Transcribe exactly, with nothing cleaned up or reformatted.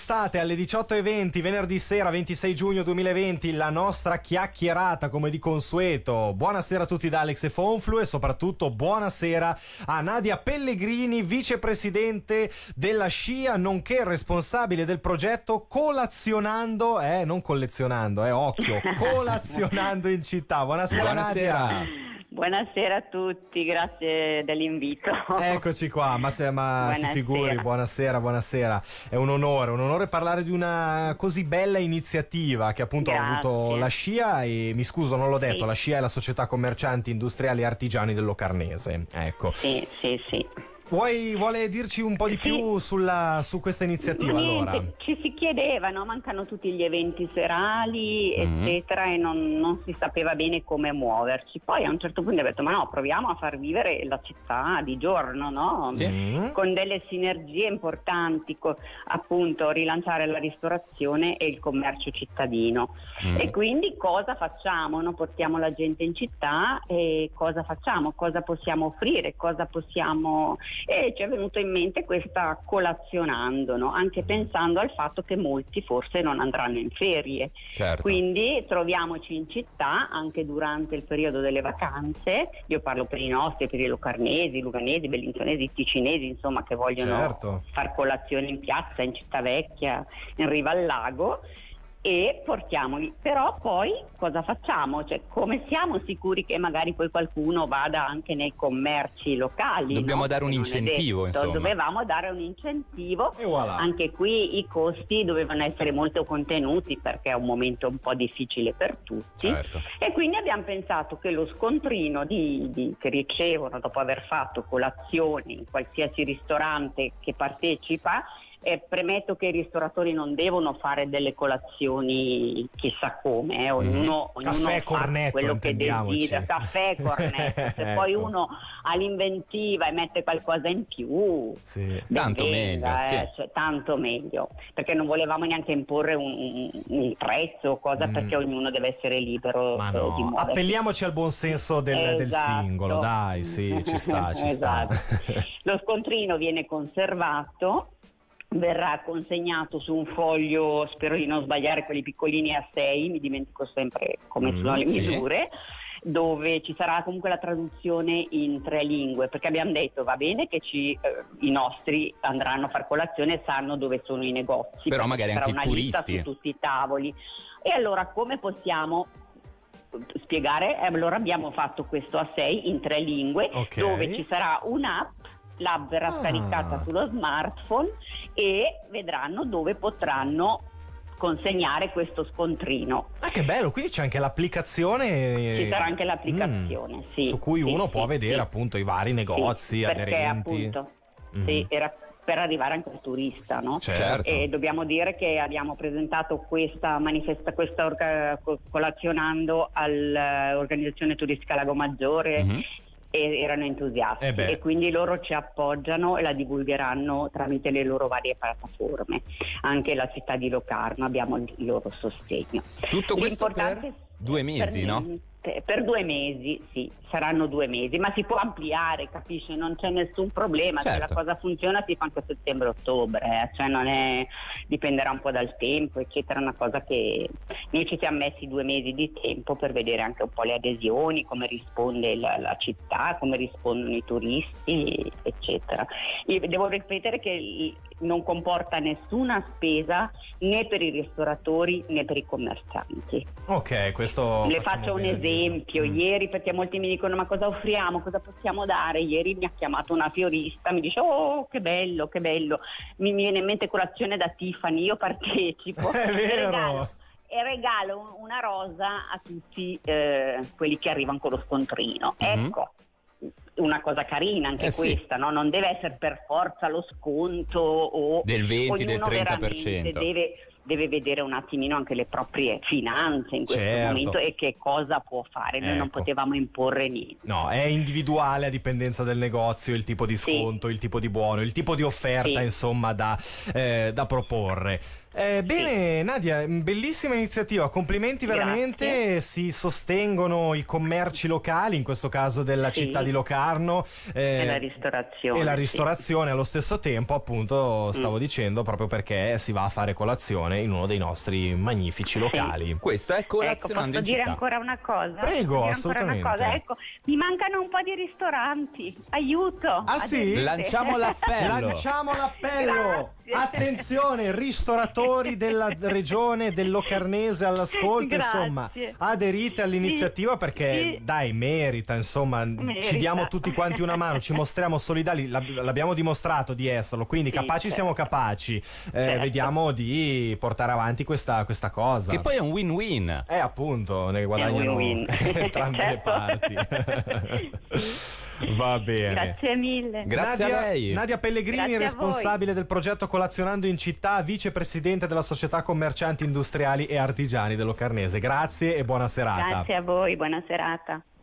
state alle diciotto e venti venerdì sera ventisei giugno duemilaventi, la nostra chiacchierata come di consueto. Buonasera a tutti da Alex e Fonflu e soprattutto buonasera a Nadia Pellegrini, vicepresidente della SCIA, nonché responsabile del progetto Colazionando, eh, non collezionando, eh, occhio, colazionando in città. Buonasera, Buonasera. Nadia. Buonasera a tutti, grazie dell'invito. Eccoci qua, ma, se, ma si Buonasera. figuri, buonasera, buonasera. È un onore, un onore parlare di una così bella iniziativa che appunto Grazie. ha avuto la SCIA e mi scuso, non l'ho detto, Sì. la SCIA è la Società Commercianti Industriali e Artigiani del Locarnese. Ecco. Sì, sì, sì. Vuoi, vuole dirci un po' di Sì. più sulla, su questa iniziativa Ma allora? niente, ci si chiedeva, no? Mancano tutti gli eventi serali, Mm. eccetera, e non, non si sapeva bene come muoverci. Poi a un certo punto ho detto, ma no, proviamo a far vivere la città di giorno, no? Sì. Mm. Con delle sinergie importanti, co- appunto rilanciare la ristorazione e il commercio cittadino. Mm. E quindi cosa facciamo? No? Portiamo la gente in città e cosa facciamo? Cosa possiamo offrire? Cosa possiamo... E ci è venuto in mente questa colazionando, no? Anche pensando al fatto che molti forse non andranno in ferie. Certo. Quindi troviamoci in città anche durante il periodo delle vacanze. Io parlo per i nostri, per i locarnesi, luganesi, bellinzonesi, ticinesi, insomma, che vogliono Certo. far colazione in piazza, in città vecchia, in riva al lago, e portiamoli. Però poi cosa facciamo? Cioè, come siamo sicuri che magari poi qualcuno vada anche nei commerci locali? Dobbiamo no? dare un Non è incentivo, detto. insomma. Dovevamo dare un incentivo. E voilà. Anche qui i costi dovevano essere molto contenuti perché è un momento un po' difficile per tutti. Certo. E quindi abbiamo pensato che lo scontrino di, di- che ricevono dopo aver fatto colazione in qualsiasi ristorante che partecipa, e premetto che i ristoratori non devono fare delle colazioni chissà come, eh. ognuno, ognuno Caffè fa cornetto, quello che intendiamoci. desidera, caffè cornetto. Se Ecco. poi uno ha l'inventiva e mette qualcosa in più, Sì. ben Tanto venga, meglio, sì. eh, cioè, tanto meglio, perché non volevamo neanche imporre un, un, un prezzo o cosa, Mm. perché ognuno deve essere libero Ma eh, di no, muoversi. appelliamoci al buon senso del, del Esatto. singolo, dai, sì, ci sta, ci Esatto. sta. Lo scontrino viene conservato, verrà consegnato su un foglio, spero di non sbagliare, quelli piccolini A sei, mi dimentico sempre come Mm, sono le sì. misure, dove ci sarà comunque la traduzione in tre lingue, perché abbiamo detto va bene che ci, eh, i nostri andranno a far colazione e sanno dove sono i negozi, Però perché magari ci sarà anche i una lista turisti. su tutti i tavoli. E allora come possiamo spiegare? Eh, Allora abbiamo fatto questo A sei in tre lingue, Ok. dove ci sarà un'app, l'app verrà Ah. scaricata sullo smartphone e vedranno dove potranno consegnare questo scontrino. Ah, che bello, quindi c'è anche l'applicazione. Ci sarà anche l'applicazione, Mm, sì, su cui sì, uno sì, può vedere sì. appunto i vari negozi, Sì, perché aderenti. appunto Mhm. sì, era per arrivare anche al turista, no? Certo. E dobbiamo dire che abbiamo presentato questa manifesta, questa orga- co- colazionando all'organizzazione turistica Lago Maggiore. Mhm. E erano entusiasti Eh beh. e quindi loro ci appoggiano e la divulgheranno tramite le loro varie piattaforme. Anche la città di Locarno abbiamo il loro sostegno. Tutto questo per L'importante- due mesi, per no? niente. Per due mesi, sì, saranno due mesi, ma si può ampliare, capisci? Non c'è nessun problema. Se Certo. la cosa funziona si fa anche a settembre-ottobre, eh. Cioè non è, dipenderà un po' dal tempo, eccetera. È una cosa che noi ci siamo messi due mesi di tempo per vedere anche un po' le adesioni, come risponde la, la città, come rispondono i turisti, eccetera. Io devo ripetere che il- non comporta nessuna spesa né per i ristoratori né per i commercianti. Ok, questo Le facciamo faccio un bene a dirlo. esempio, Mm. ieri, perché molti mi dicono ma cosa offriamo, cosa possiamo dare? Ieri mi ha chiamato una fiorista, mi dice oh che bello, che bello, mi viene in mente colazione da Tiffany, io partecipo. È E vero. regalo, e regalo un- una rosa a tutti eh, quelli che arrivano con lo scontrino. Mhm. Ecco, una cosa carina anche Eh sì. questa, no? Non deve essere per forza lo sconto o Del venti, del ognuno trenta per veramente cento. deve, deve vedere un attimino anche le proprie finanze in questo Certo. momento e che cosa può fare. Noi non Ecco. potevamo imporre niente. No, è individuale a dipendenza del negozio, il tipo di Sì. sconto, il tipo di buono, il tipo di offerta, Sì. insomma, da, eh, da proporre. Eh, bene, Nadia, bellissima iniziativa, complimenti veramente. Grazie. Si sostengono i commerci locali, in questo caso della Sì. città di Locarno, eh, E la ristorazione. e la sì. ristorazione allo stesso tempo, appunto, stavo Mm. dicendo, proprio perché si va a fare colazione in uno dei nostri magnifici locali. Questo è Ecco, colazionando posso in dire città. ancora una cosa? Prego, Posso dire assolutamente. Ancora una cosa? Ecco, mi mancano un po' di ristoranti. Aiuto. Ah, sì? Adesso. Lanciamo l'appello. Lanciamo l'appello! Grazie. Attenzione, ristoratori della regione del Locarnese all'ascolto, Grazie. insomma, aderite all'iniziativa Sì, perché sì. dai, merita, insomma, Merita. ci diamo tutti quanti una mano, ci mostriamo solidali, l'ab- l'abbiamo dimostrato di esserlo, quindi Sì, capaci certo. siamo capaci. Eh, Certo. Vediamo di portare avanti questa, questa cosa. Che poi è un win-win. Eh, appunto, ne guadagnano win-win. entrambe le Certo. parti. Va bene. Grazie mille. Grazie Nadia, a lei. Nadia Pellegrini, Grazie a responsabile del progetto Colazionando in città, vicepresidente della Società Commercianti Industriali e Artigiani del Locarnese. Grazie e buona serata. Grazie a voi, buona serata.